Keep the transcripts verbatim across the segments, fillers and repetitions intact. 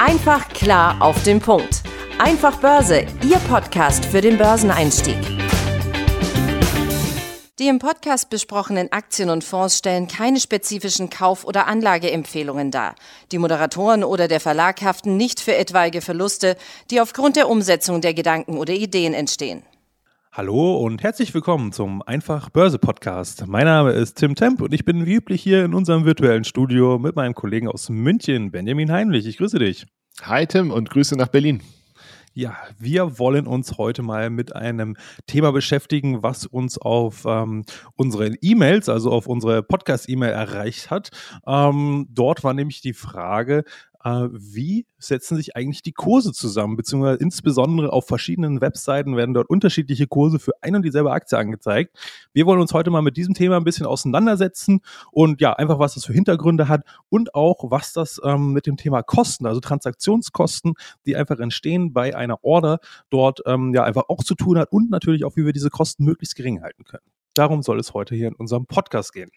Einfach klar auf den Punkt. Einfach Börse, Ihr Podcast für den Börseneinstieg. Die im Podcast besprochenen Aktien und Fonds stellen keine spezifischen Kauf- oder Anlageempfehlungen dar. Die Moderatoren oder der Verlag haften nicht für etwaige Verluste, die aufgrund der Umsetzung der Gedanken oder Ideen entstehen. Hallo und herzlich willkommen zum Einfach Börse Podcast. Mein Name ist Tim Temp und ich bin wie üblich hier in unserem virtuellen Studio mit meinem Kollegen aus München, Benjamin Heinrich. Ich grüße dich. Hi Tim und Grüße nach Berlin. Ja, wir wollen uns heute mal mit einem Thema beschäftigen, was uns auf ähm, unseren E-Mails, also auf unsere Podcast-E-Mail erreicht hat. Ähm, dort war nämlich die Frage, äh, wie setzen sich eigentlich die Kurse zusammen, beziehungsweise insbesondere auf verschiedenen Webseiten werden dort unterschiedliche Kurse für ein und dieselbe Aktie angezeigt. Wir wollen uns heute mal mit diesem Thema ein bisschen auseinandersetzen und ja, einfach was das für Hintergründe hat und auch, was das ähm, mit dem Thema Kosten, also Transaktionskosten, die einfach entstehen bei einer Order, dort ähm, ja einfach auch zu tun hat und natürlich auch, wie wir diese Kosten möglichst gering halten können. Darum soll es heute hier in unserem Podcast gehen.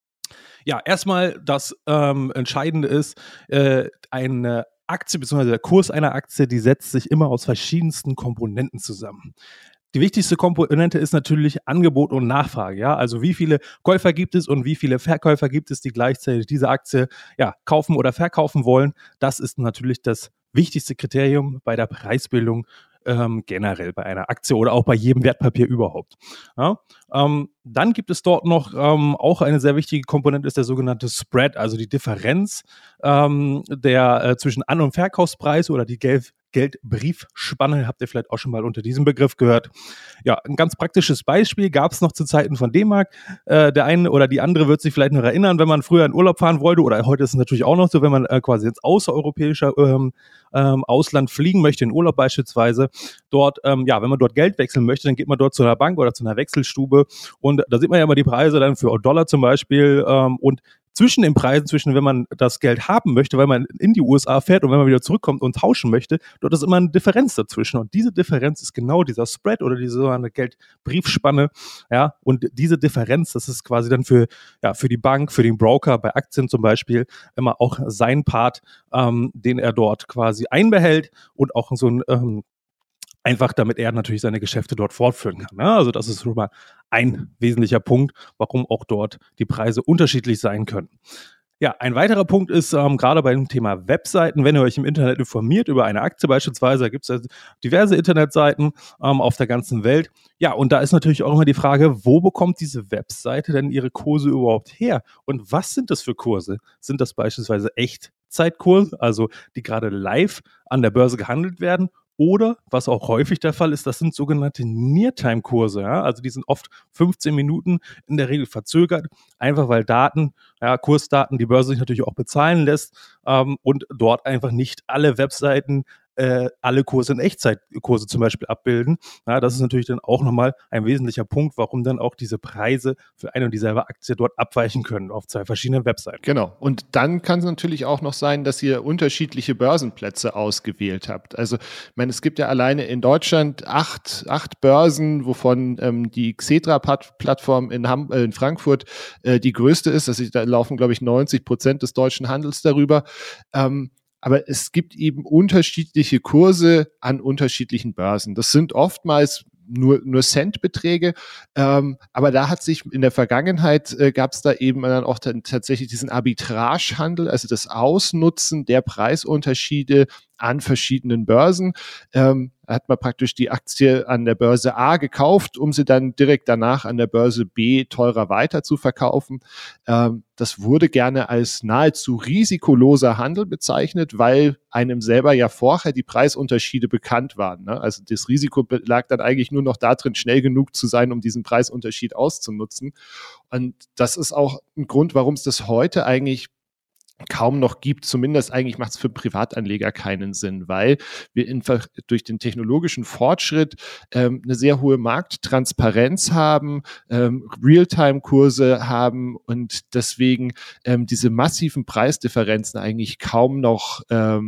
Ja, erstmal das ähm, Entscheidende ist, äh, eine Aktie bzw. der Kurs einer Aktie, die setzt sich immer aus verschiedensten Komponenten zusammen. Die wichtigste Komponente ist natürlich Angebot und Nachfrage. Ja? Also wie viele Käufer gibt es und wie viele Verkäufer gibt es, die gleichzeitig diese Aktie ja, kaufen oder verkaufen wollen. Das ist natürlich das wichtigste Kriterium bei der Preisbildung ähm, generell bei einer Aktie oder auch bei jedem Wertpapier überhaupt. Ja? Ähm, dann gibt es dort noch ähm, auch eine sehr wichtige Komponente, ist der sogenannte Spread, also die Differenz ähm, der äh, zwischen An- und Verkaufspreis oder die Geld Geldbriefspanne, habt ihr vielleicht auch schon mal unter diesem Begriff gehört. Ja, ein ganz praktisches Beispiel gab es noch zu Zeiten von D-Mark. Äh, der eine oder die andere wird sich vielleicht noch erinnern, wenn man früher in Urlaub fahren wollte, oder heute ist es natürlich auch noch so, wenn man äh, quasi ins außereuropäische ähm, ähm, Ausland fliegen möchte, in Urlaub beispielsweise, dort, ähm, ja, wenn man dort Geld wechseln möchte, dann geht man dort zu einer Bank oder zu einer Wechselstube und da sieht man ja immer die Preise dann für Dollar zum Beispiel ähm, und zwischen den Preisen, zwischen wenn man das Geld haben möchte, weil man in die U S A fährt und wenn man wieder zurückkommt und tauschen möchte, dort ist immer eine Differenz dazwischen. Und diese Differenz ist genau dieser Spread oder diese sogenannte Geldbriefspanne. Ja, und diese Differenz, das ist quasi dann für, ja, für die Bank, für den Broker, bei Aktien zum Beispiel, immer auch sein Part, ähm, den er dort quasi einbehält und auch so ein ähm, einfach, damit er natürlich seine Geschäfte dort fortführen kann. Ja, also das ist schon mal ein wesentlicher Punkt, warum auch dort die Preise unterschiedlich sein können. Ja, ein weiterer Punkt ist ähm, gerade bei dem Thema Webseiten, wenn ihr euch im Internet informiert über eine Aktie beispielsweise, da gibt es ja diverse Internetseiten ähm, auf der ganzen Welt. Ja, und da ist natürlich auch immer die Frage, wo bekommt diese Webseite denn ihre Kurse überhaupt her? Und was sind das für Kurse? Sind das beispielsweise Echtzeitkurse, also die gerade live an der Börse gehandelt werden? Oder, was auch häufig der Fall ist, das sind sogenannte Near-Time-Kurse. Ja? Also die sind oft fünfzehn Minuten in der Regel verzögert, einfach weil Daten, ja, Kursdaten, die Börse sich natürlich auch bezahlen lässt ähm, und dort einfach nicht alle Webseiten äh, alle Kurse in Echtzeitkurse zum Beispiel abbilden. Ja, das ist natürlich dann auch nochmal ein wesentlicher Punkt, warum dann auch diese Preise für eine und dieselbe Aktie dort abweichen können auf zwei verschiedenen Webseiten. Genau. Und dann kann es natürlich auch noch sein, dass ihr unterschiedliche Börsenplätze ausgewählt habt. Also, ich meine, es gibt ja alleine in Deutschland acht, acht Börsen, wovon ähm, die Xetra-Plattform in, Ham- äh, in Frankfurt äh, die größte ist. Also, da laufen, glaube ich, neunzig Prozent des deutschen Handels darüber. Ähm, Aber es gibt eben unterschiedliche Kurse an unterschiedlichen Börsen. Das sind oftmals nur, nur Centbeträge. Ähm, aber da hat sich in der Vergangenheit, äh, gab es da eben dann auch dann tatsächlich diesen Arbitragehandel, also das Ausnutzen der Preisunterschiede an verschiedenen Börsen. Ähm, hat man praktisch die Aktie an der Börse A gekauft, um sie dann direkt danach an der Börse B teurer weiter zu verkaufen. Ähm, das wurde gerne als nahezu risikoloser Handel bezeichnet, weil einem selber ja vorher die Preisunterschiede bekannt waren. Ne? Also das Risiko lag dann eigentlich nur noch darin, schnell genug zu sein, um diesen Preisunterschied auszunutzen. Und das ist auch ein Grund, warum es das heute eigentlich kaum noch gibt. Zumindest eigentlich macht es für Privatanleger keinen Sinn, weil wir einfach durch den technologischen Fortschritt ähm, eine sehr hohe Markttransparenz haben, ähm, Realtime-Kurse haben und deswegen ähm, diese massiven Preisdifferenzen eigentlich kaum noch ähm,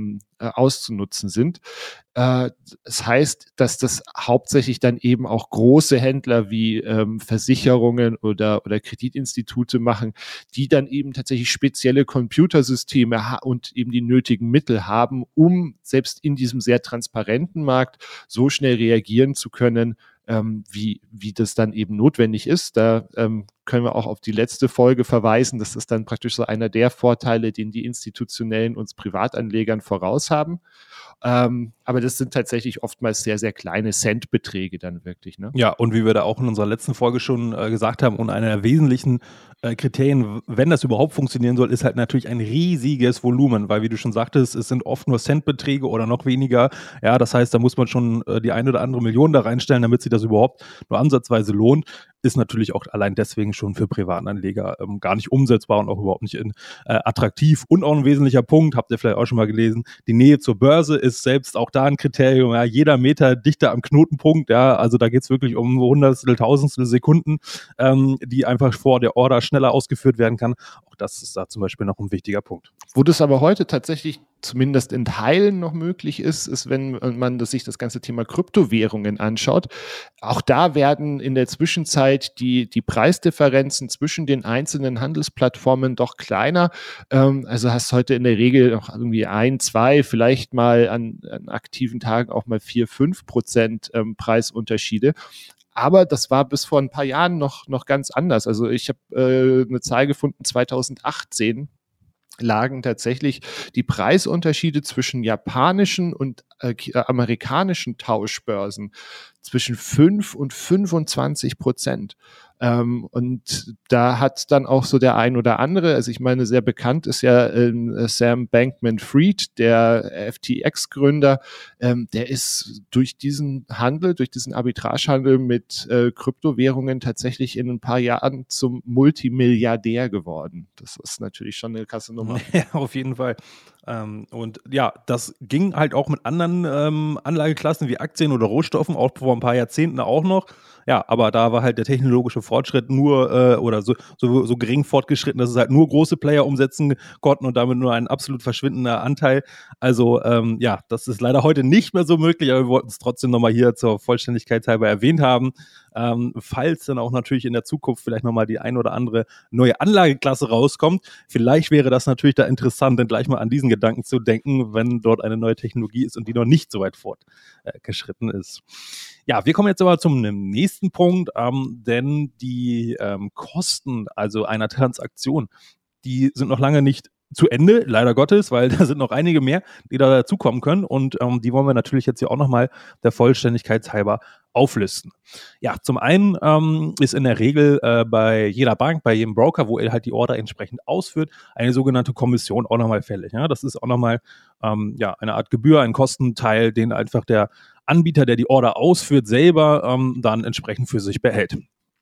äh, auszunutzen sind. Äh, das heißt, dass das hauptsächlich dann eben auch große Händler wie ähm, Versicherungen oder, oder Kreditinstitute machen, die dann eben tatsächlich spezielle Computersysteme ha- und eben die nötigen Mittel haben, um selbst in diesem sehr transparenten Markt so schnell reagieren zu können, ähm, wie, wie das dann eben notwendig ist. Da ähm, können wir auch auf die letzte Folge verweisen. Das ist dann praktisch so einer der Vorteile, den die Institutionellen uns Privatanlegern voraus haben. Ähm, aber das sind tatsächlich oftmals sehr, sehr kleine Centbeträge dann wirklich. Ne? Ja, und wie wir da auch in unserer letzten Folge schon äh, gesagt haben, und einer der wesentlichen äh, Kriterien, wenn das überhaupt funktionieren soll, ist halt natürlich ein riesiges Volumen, weil wie du schon sagtest, es sind oft nur Centbeträge oder noch weniger. Ja, das heißt, da muss man schon äh, die eine oder andere Million da reinstellen, damit sich das überhaupt nur ansatzweise lohnt. Ist natürlich auch allein deswegen schon für Privatanleger ähm, gar nicht umsetzbar und auch überhaupt nicht in, äh, attraktiv. Und auch ein wesentlicher Punkt, habt ihr vielleicht auch schon mal gelesen, die Nähe zur Börse ist selbst auch da ein Kriterium. Ja, jeder Meter dichter am Knotenpunkt, ja, also da geht es wirklich um Hundertstel, Tausendstel Sekunden, ähm, die einfach vor der Order schneller ausgeführt werden kann. Auch das ist da zum Beispiel noch ein wichtiger Punkt. Wo das aber heute tatsächlich zumindest in Teilen noch möglich ist, ist, wenn man das, sich das ganze Thema Kryptowährungen anschaut. Auch da werden in der Zwischenzeit die, die Preisdifferenzen zwischen den einzelnen Handelsplattformen doch kleiner. Ähm, also hast heute in der Regel noch irgendwie ein, zwei, vielleicht mal an, an aktiven Tagen auch mal vier, fünf Prozent ähm, Preisunterschiede. Aber das war bis vor ein paar Jahren noch, noch ganz anders. Also ich habe äh, eine Zahl gefunden, zweitausendachtzehn lagen tatsächlich die Preisunterschiede zwischen japanischen und äh, amerikanischen Tauschbörsen zwischen fünf und fünfundzwanzig Prozent. Ähm, und da hat dann auch so der ein oder andere, also ich meine, sehr bekannt ist ja äh, Sam Bankman-Fried, der F T X-Gründer, ähm, der ist durch diesen Handel, durch diesen Arbitragehandel mit äh, Kryptowährungen tatsächlich in ein paar Jahren zum Multimilliardär geworden. Das ist natürlich schon eine krasse Nummer. Ja, auf jeden Fall. Ähm, und ja, das ging halt auch mit anderen ähm, Anlageklassen wie Aktien oder Rohstoffen, auch vor ein paar Jahrzehnten auch noch. Ja, aber da war halt der technologische Fortschritt nur äh, oder so, so, so gering fortgeschritten, dass es halt nur große Player umsetzen konnten und damit nur ein absolut verschwindender Anteil. Also ähm, ja, das ist leider heute nicht mehr so möglich, aber wir wollten es trotzdem nochmal hier zur Vollständigkeit halber erwähnt haben. Ähm, falls dann auch natürlich in der Zukunft vielleicht nochmal die ein oder andere neue Anlageklasse rauskommt, vielleicht wäre das natürlich da interessant, dann gleich mal an diesen Gedanken zu denken, wenn dort eine neue Technologie ist und die noch nicht so weit fortgeschritten äh, ist. Ja, wir kommen jetzt aber zum nächsten Punkt, ähm, denn die ähm, Kosten, also einer Transaktion, die sind noch lange nicht zu Ende, leider Gottes, weil da sind noch einige mehr, die da dazukommen können und ähm, die wollen wir natürlich jetzt hier auch nochmal der Vollständigkeit halber auflisten. Ja, zum einen ähm, ist in der Regel äh, bei jeder Bank, bei jedem Broker, wo er halt die Order entsprechend ausführt, eine sogenannte Kommission auch nochmal fällig. Ja, das ist auch nochmal ähm, ja, eine Art Gebühr, ein Kostenteil, den einfach der Anbieter, der die Order ausführt, selber ähm, dann entsprechend für sich behält.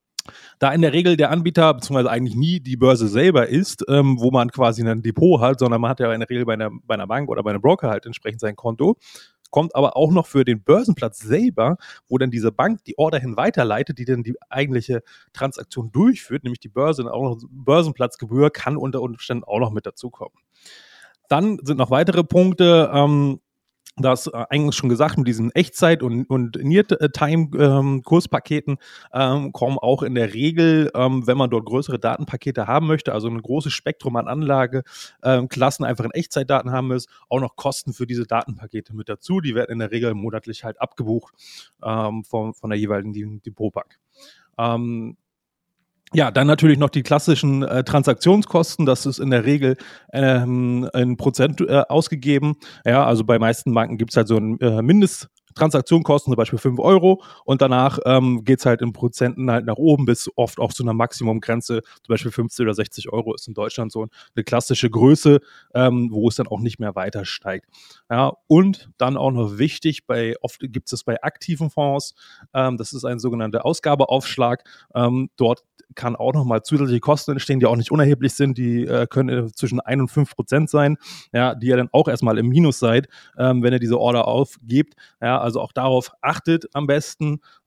Da in der Regel der Anbieter, beziehungsweise eigentlich nie die Börse selber ist, ähm, wo man quasi ein Depot hat, sondern man hat ja in der Regel bei einer, bei einer Bank oder bei einem Broker halt entsprechend sein Konto, kommt aber auch noch für den Börsenplatz selber, wo dann diese Bank die Order hin weiterleitet, die dann die eigentliche Transaktion durchführt, nämlich die Börse, auch noch Börsenplatzgebühr, kann unter Umständen auch noch mit dazukommen. Dann sind noch weitere Punkte, ähm, das äh, eigentlich schon gesagt, mit diesen Echtzeit- und, und Near-Time-Kurspaketen ähm, kommen auch in der Regel, ähm, wenn man dort größere Datenpakete haben möchte, also ein großes Spektrum an Anlageklassen ähm, einfach in Echtzeitdaten haben muss, auch noch Kosten für diese Datenpakete mit dazu. Die werden in der Regel monatlich halt abgebucht ähm, von, von der jeweiligen Depotbank. Ähm, Ja, dann natürlich noch die klassischen äh, Transaktionskosten. Das ist in der Regel ähm, ein Prozent äh, ausgegeben. Ja, also bei meisten Banken gibt es halt so ein äh, Mindesttransaktionskosten, zum Beispiel fünf Euro. Und danach ähm, geht es halt in Prozenten halt nach oben bis oft auch zu einer Maximumgrenze. Zum Beispiel fünfzig oder sechzig Euro ist in Deutschland so eine klassische Größe, ähm, wo es dann auch nicht mehr weiter steigt. Ja, und dann auch noch wichtig, bei oft gibt es bei aktiven Fonds, ähm, das ist ein sogenannter Ausgabeaufschlag. Ähm, dort kann auch nochmal zusätzliche Kosten entstehen, die auch nicht unerheblich sind, die äh, können zwischen ein und fünf Prozent sein, ja, die ihr dann auch erstmal im Minus seid, ähm, wenn ihr diese Order aufgebt. Ja, also auch darauf achtet am besten.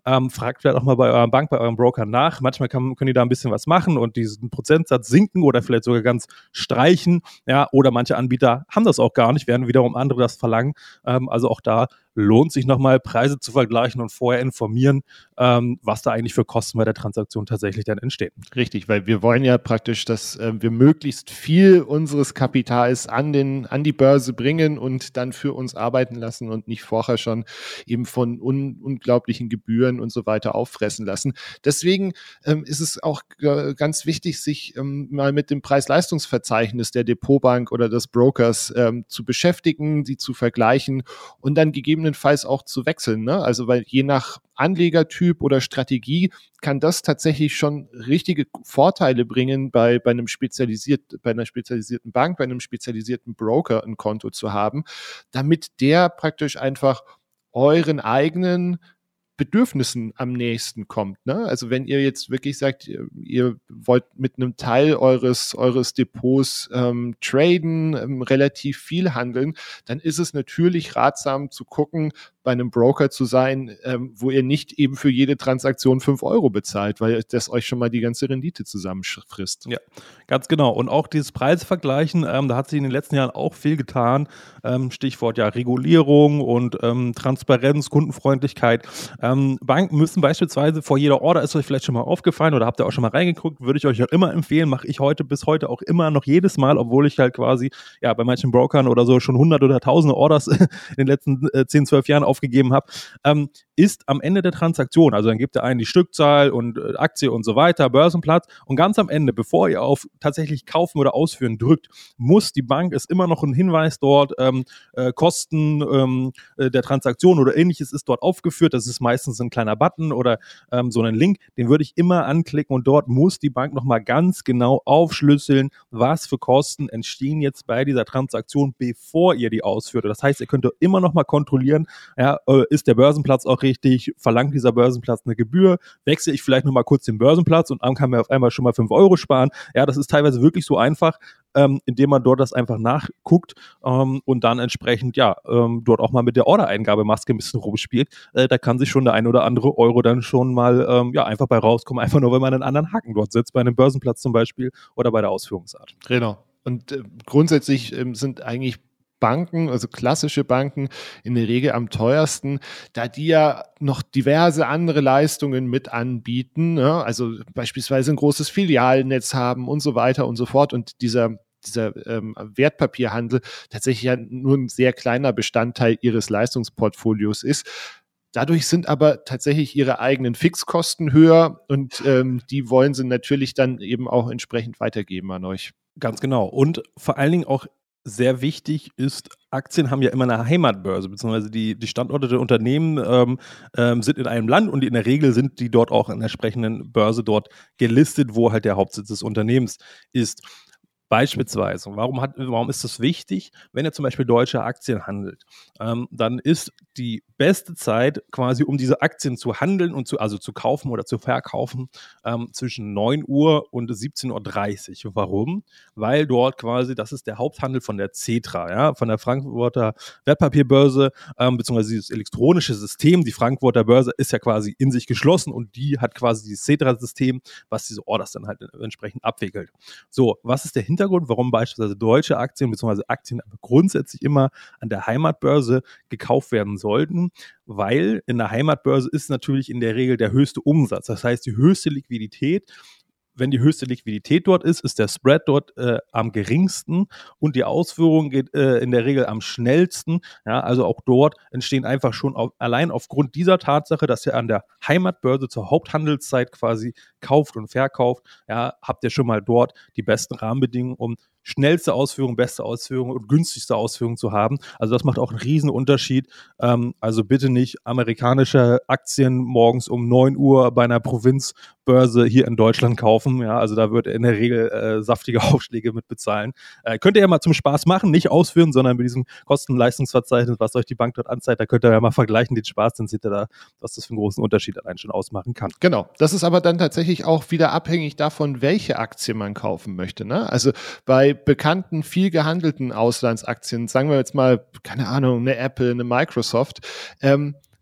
ähm, fragt vielleicht auch mal bei eurer Bank, bei eurem Broker nach. Manchmal kann, können die da ein bisschen was machen und diesen Prozentsatz sinken oder vielleicht sogar ganz streichen. Ja, oder manche Anbieter haben das auch gar nicht, während wiederum andere das verlangen. Ähm, also auch da lohnt sich nochmal, Preise zu vergleichen und vorher informieren, ähm, was da eigentlich für Kosten bei der Transaktion tatsächlich dann entstehen. Richtig, weil wir wollen ja praktisch, dass äh, wir möglichst viel unseres Kapitals an, den, an die Börse bringen und dann für uns arbeiten lassen und nicht vorher schon eben von un, unglaublichen Gebühren und so weiter auffressen lassen. Deswegen ähm, ist es auch äh, ganz wichtig, sich ähm, mal mit dem Preis-Leistungs-Verzeichnis der Depotbank oder des Brokers ähm, zu beschäftigen, sie zu vergleichen und dann gegebenenfalls auch zu wechseln. Ne? Also weil je nach Anlegertyp oder Strategie kann das tatsächlich schon richtige Vorteile bringen, bei, bei, einem spezialisiert, bei einer spezialisierten Bank, bei einem spezialisierten Broker ein Konto zu haben, damit der praktisch einfach euren eigenen Bedürfnissen am nächsten kommt. Ne? Also wenn ihr jetzt wirklich sagt, ihr, ihr wollt mit einem Teil eures, eures Depots ähm, traden, ähm, relativ viel handeln, dann ist es natürlich ratsam zu gucken, bei einem Broker zu sein, ähm, wo ihr nicht eben für jede Transaktion fünf Euro bezahlt, weil das euch schon mal die ganze Rendite zusammenfrisst. Ja, ganz genau. Und auch dieses Preisvergleichen, ähm, da hat sich in den letzten Jahren auch viel getan. Ähm, Stichwort ja Regulierung und ähm, Transparenz, Kundenfreundlichkeit. Ähm, Banken müssen beispielsweise vor jeder Order, ist euch vielleicht schon mal aufgefallen oder habt ihr auch schon mal reingeguckt, würde ich euch auch immer empfehlen, mache ich heute bis heute auch immer noch jedes Mal, obwohl ich halt quasi ja bei manchen Brokern oder so schon hundert oder tausende Orders in den letzten äh, zehn, zwölf Jahren aufgegeben habe, ähm, ist am Ende der Transaktion, also dann gebt ihr ein die Stückzahl und äh, Aktie und so weiter, Börsenplatz und ganz am Ende, bevor ihr auf tatsächlich kaufen oder ausführen drückt, muss die Bank, ist immer noch ein Hinweis dort, ähm, äh, Kosten ähm, äh, der Transaktion oder ähnliches ist dort aufgeführt, das ist meistens ein kleiner Button oder ähm, so ein Link, den würde ich immer anklicken und dort muss die Bank nochmal ganz genau aufschlüsseln, was für Kosten entstehen jetzt bei dieser Transaktion, bevor ihr die ausführt. Das heißt, ihr könnt immer nochmal kontrollieren, ja, äh, ist der Börsenplatz auch richtig, verlangt dieser Börsenplatz eine Gebühr, wechsle ich vielleicht nochmal kurz den Börsenplatz und dann kann man auf einmal schon mal fünf Euro sparen. Ja, das ist teilweise wirklich so einfach, ähm, indem man dort das einfach nachguckt ähm, und dann entsprechend, ja, ähm, dort auch mal mit der Ordereingabemaske ein bisschen rumspielt. Äh, da kann sich schon der ein oder andere Euro dann schon mal, ähm, ja, einfach bei rauskommen, einfach nur, wenn man einen anderen Haken dort setzt, bei einem Börsenplatz zum Beispiel oder bei der Ausführungsart. Genau. Und äh, grundsätzlich ähm, sind eigentlich Banken, also klassische Banken, in der Regel am teuersten, da die ja noch diverse andere Leistungen mit anbieten, ne? Also beispielsweise ein großes Filialnetz haben und so weiter und so fort. Und dieser dieser ähm, Wertpapierhandel tatsächlich ja nur ein sehr kleiner Bestandteil ihres Leistungsportfolios ist. Dadurch sind aber tatsächlich ihre eigenen Fixkosten höher und ähm, die wollen sie natürlich dann eben auch entsprechend weitergeben an euch. Ganz genau. Und vor allen Dingen auch sehr wichtig ist, Aktien haben ja immer eine Heimatbörse, beziehungsweise die, die Standorte der Unternehmen ähm, ähm, sind in einem Land und in der Regel sind die dort auch in der entsprechenden Börse dort gelistet, wo halt der Hauptsitz des Unternehmens ist. Beispielsweise, warum, hat, warum ist das wichtig? Wenn ihr zum Beispiel deutsche Aktien handelt, ähm, dann ist die beste Zeit quasi, um diese Aktien zu handeln und zu, also zu kaufen oder zu verkaufen, ähm, zwischen neun Uhr und siebzehn Uhr dreißig. Warum? Weil dort quasi, das ist der Haupthandel von der Xetra, ja, von der Frankfurter Wertpapierbörse, ähm, beziehungsweise dieses elektronische System. Die Frankfurter Börse ist ja quasi in sich geschlossen und die hat quasi dieses Xetra-System, was diese Orders dann halt entsprechend abwickelt. So, was ist der Hintergrund? Hintergrund, warum beispielsweise deutsche Aktien bzw. Aktien grundsätzlich immer an der Heimatbörse gekauft werden sollten, weil in der Heimatbörse ist natürlich in der Regel der höchste Umsatz, das heißt die höchste Liquidität. Wenn die höchste Liquidität dort ist, ist der Spread dort äh, am geringsten und die Ausführung geht äh, in der Regel am schnellsten. Ja, also auch dort entstehen einfach schon auf, allein aufgrund dieser Tatsache, dass ihr an der Heimatbörse zur Haupthandelszeit quasi kauft und verkauft, ja, habt ihr schon mal dort die besten Rahmenbedingungen, um schnellste Ausführung, beste Ausführung und günstigste Ausführung zu haben. Also das macht auch einen riesen Unterschied. Ähm, also bitte nicht amerikanische Aktien morgens um neun Uhr bei einer Provinzbörse hier in Deutschland kaufen. Ja, also da wird in der Regel äh, saftige Aufschläge mit bezahlen. Äh, könnt ihr ja mal zum Spaß machen, nicht ausführen, sondern mit diesem Kosten-Leistungsverzeichnis, was euch die Bank dort anzeigt, da könnt ihr ja mal vergleichen, den Spaß, dann seht ihr da, was das für einen großen Unterschied allein schon ausmachen kann. Genau, das ist aber dann tatsächlich auch wieder abhängig davon, welche Aktie man kaufen möchte. Ne? Also bei bekannten, viel gehandelten Auslandsaktien, sagen wir jetzt mal, keine Ahnung, eine Apple, eine Microsoft, ähm,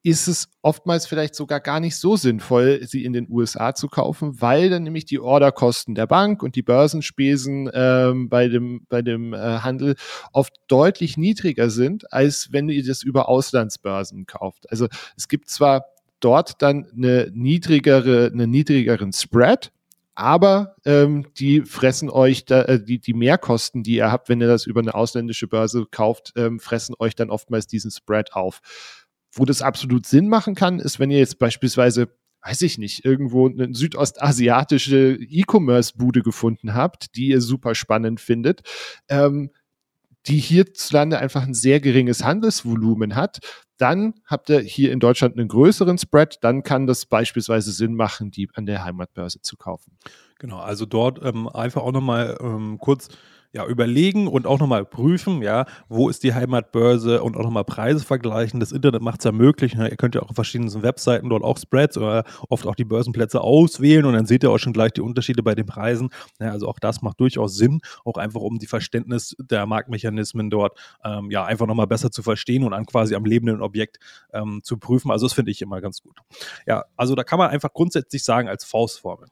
ist es oftmals vielleicht sogar gar nicht so sinnvoll, sie in den U S A zu kaufen, weil dann nämlich die Orderkosten der Bank und die Börsenspesen ähm, bei dem, bei dem äh, Handel oft deutlich niedriger sind, als wenn ihr das über Auslandsbörsen kauft. Also es gibt zwar dort dann eine niedrigere, einen niedrigeren Spread, aber ähm, die fressen euch, da, äh, die, die Mehrkosten, die ihr habt, wenn ihr das über eine ausländische Börse kauft, ähm, fressen euch dann oftmals diesen Spread auf. Wo das absolut Sinn machen kann, ist, wenn ihr jetzt beispielsweise, weiß ich nicht, irgendwo eine südostasiatische E-Commerce-Bude gefunden habt, die ihr super spannend findet, ähm, die hierzulande einfach ein sehr geringes Handelsvolumen hat, dann habt ihr hier in Deutschland einen größeren Spread, dann kann das beispielsweise Sinn machen, die an der Heimatbörse zu kaufen. Genau, also dort ähm, einfach auch nochmal ähm, kurz ja, überlegen und auch nochmal prüfen, ja, wo ist die Heimatbörse und auch nochmal Preise vergleichen. Das Internet macht es ja möglich. Ne? Ihr könnt ja auch auf verschiedenen Webseiten dort auch Spreads oder oft auch die Börsenplätze auswählen und dann seht ihr auch schon gleich die Unterschiede bei den Preisen. Ja, also auch das macht durchaus Sinn, auch einfach um die Verständnis der Marktmechanismen dort ähm, ja einfach nochmal besser zu verstehen und dann quasi am lebenden Objekt ähm, zu prüfen. Also das finde ich immer ganz gut. Ja, also da kann man einfach grundsätzlich sagen als Faustformel: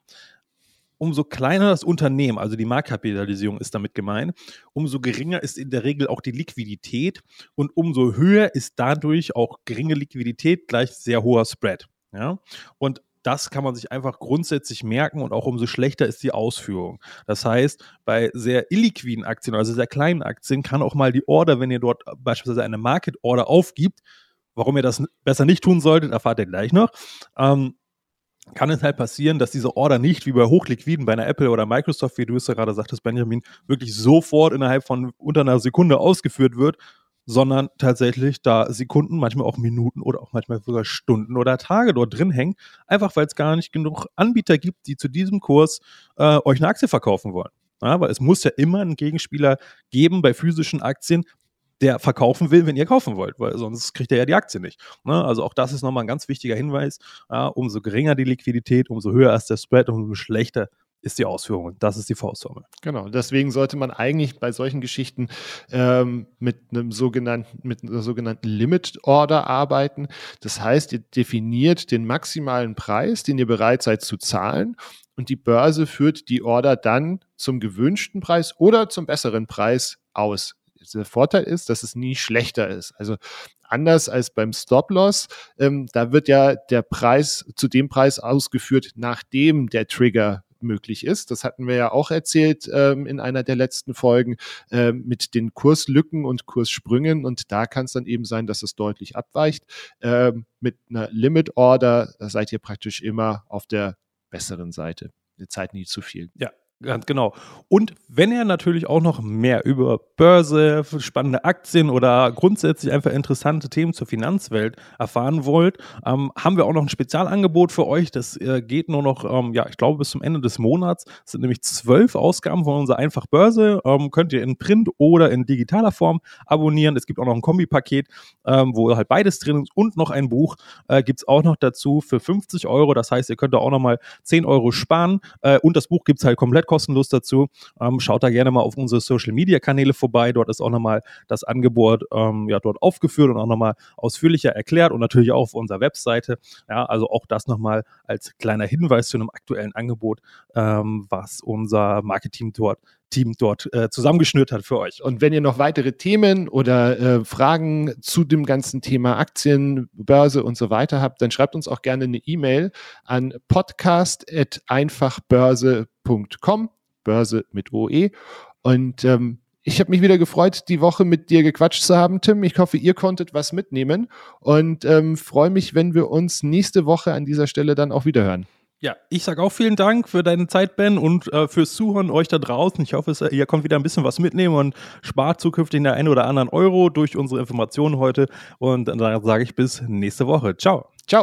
Umso kleiner das Unternehmen, also die Marktkapitalisierung ist damit gemeint, umso geringer ist in der Regel auch die Liquidität und umso höher ist dadurch auch geringe Liquidität gleich sehr hoher Spread. Ja? Und das kann man sich einfach grundsätzlich merken und auch umso schlechter ist die Ausführung. Das heißt, bei sehr illiquiden Aktien, also sehr kleinen Aktien, kann auch mal die Order, wenn ihr dort beispielsweise eine Market Order aufgibt, warum ihr das besser nicht tun solltet, erfahrt ihr gleich noch, ähm, kann es halt passieren, dass diese Order nicht wie bei Hochliquiden, bei einer Apple oder Microsoft, wie du es ja gerade sagtest, Benjamin, wirklich sofort innerhalb von unter einer Sekunde ausgeführt wird, sondern tatsächlich da Sekunden, manchmal auch Minuten oder auch manchmal sogar Stunden oder Tage dort drin hängen, einfach weil es gar nicht genug Anbieter gibt, die zu diesem Kurs äh, euch eine Aktie verkaufen wollen. Ja, weil es muss ja immer einen Gegenspieler geben bei physischen Aktien, der verkaufen will, wenn ihr kaufen wollt, weil sonst kriegt ihr ja die Aktie nicht. Ne? Also auch das ist nochmal ein ganz wichtiger Hinweis. Ja, umso geringer die Liquidität, umso höher ist der Spread, umso schlechter ist die Ausführung. Das ist die Faustformel. Genau, deswegen sollte man eigentlich bei solchen Geschichten ähm, mit einem sogenannten, mit einer sogenannten Limit Order arbeiten. Das heißt, ihr definiert den maximalen Preis, den ihr bereit seid zu zahlen, und die Börse führt die Order dann zum gewünschten Preis oder zum besseren Preis aus. Der Vorteil ist, dass es nie schlechter ist. Also anders als beim Stop-Loss, ähm, da wird ja der Preis zu dem Preis ausgeführt, nachdem der Trigger möglich ist. Das hatten wir ja auch erzählt ähm, in einer der letzten Folgen äh, mit den Kurslücken und Kurssprüngen, und da kann es dann eben sein, dass es deutlich abweicht. Ähm, mit einer Limit Order seid ihr praktisch immer auf der besseren Seite. Die Zeit nie zu viel. Ja. Ganz genau. Und wenn ihr natürlich auch noch mehr über Börse, spannende Aktien oder grundsätzlich einfach interessante Themen zur Finanzwelt erfahren wollt, ähm, haben wir auch noch ein Spezialangebot für euch. Das äh, geht nur noch, ähm, ja, ich glaube, bis zum Ende des Monats. Es sind nämlich zwölf Ausgaben von unserer Einfach Börse. Ähm, könnt ihr in Print oder in digitaler Form abonnieren. Es gibt auch noch ein Kombipaket, ähm, wo halt beides drin ist, und noch ein Buch äh, gibt es auch noch dazu für fünfzig Euro. Das heißt, ihr könnt da auch noch mal zehn Euro sparen. Äh, und das Buch gibt es halt komplett kostenlos dazu. Ähm, schaut da gerne mal auf unsere Social-Media-Kanäle vorbei. Dort ist auch nochmal das Angebot ähm, ja, dort aufgeführt und auch nochmal ausführlicher erklärt und natürlich auch auf unserer Webseite. Ja, also auch das nochmal als kleiner Hinweis zu einem aktuellen Angebot, ähm, was unser Marketing dort Team dort äh, zusammengeschnürt hat für euch. Und wenn ihr noch weitere Themen oder äh, Fragen zu dem ganzen Thema Aktien, Börse und so weiter habt, dann schreibt uns auch gerne eine E-Mail an podcast at einfachbörse punkt com, Börse mit O E. Und ähm, ich habe mich wieder gefreut, die Woche mit dir gequatscht zu haben, Tim. Ich hoffe, ihr konntet was mitnehmen und ähm, freue mich, wenn wir uns nächste Woche an dieser Stelle dann auch wieder hören. Ja, ich sage auch vielen Dank für deine Zeit, Ben, und äh, fürs Zuhören euch da draußen. Ich hoffe, es, ihr könnt wieder ein bisschen was mitnehmen und spart zukünftig den einen oder anderen Euro durch unsere Informationen heute. Und dann sage ich bis nächste Woche. Ciao. Ciao.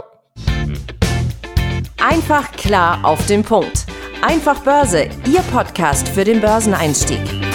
Einfach klar auf den Punkt. Einfach Börse, Ihr Podcast für den Börseneinstieg.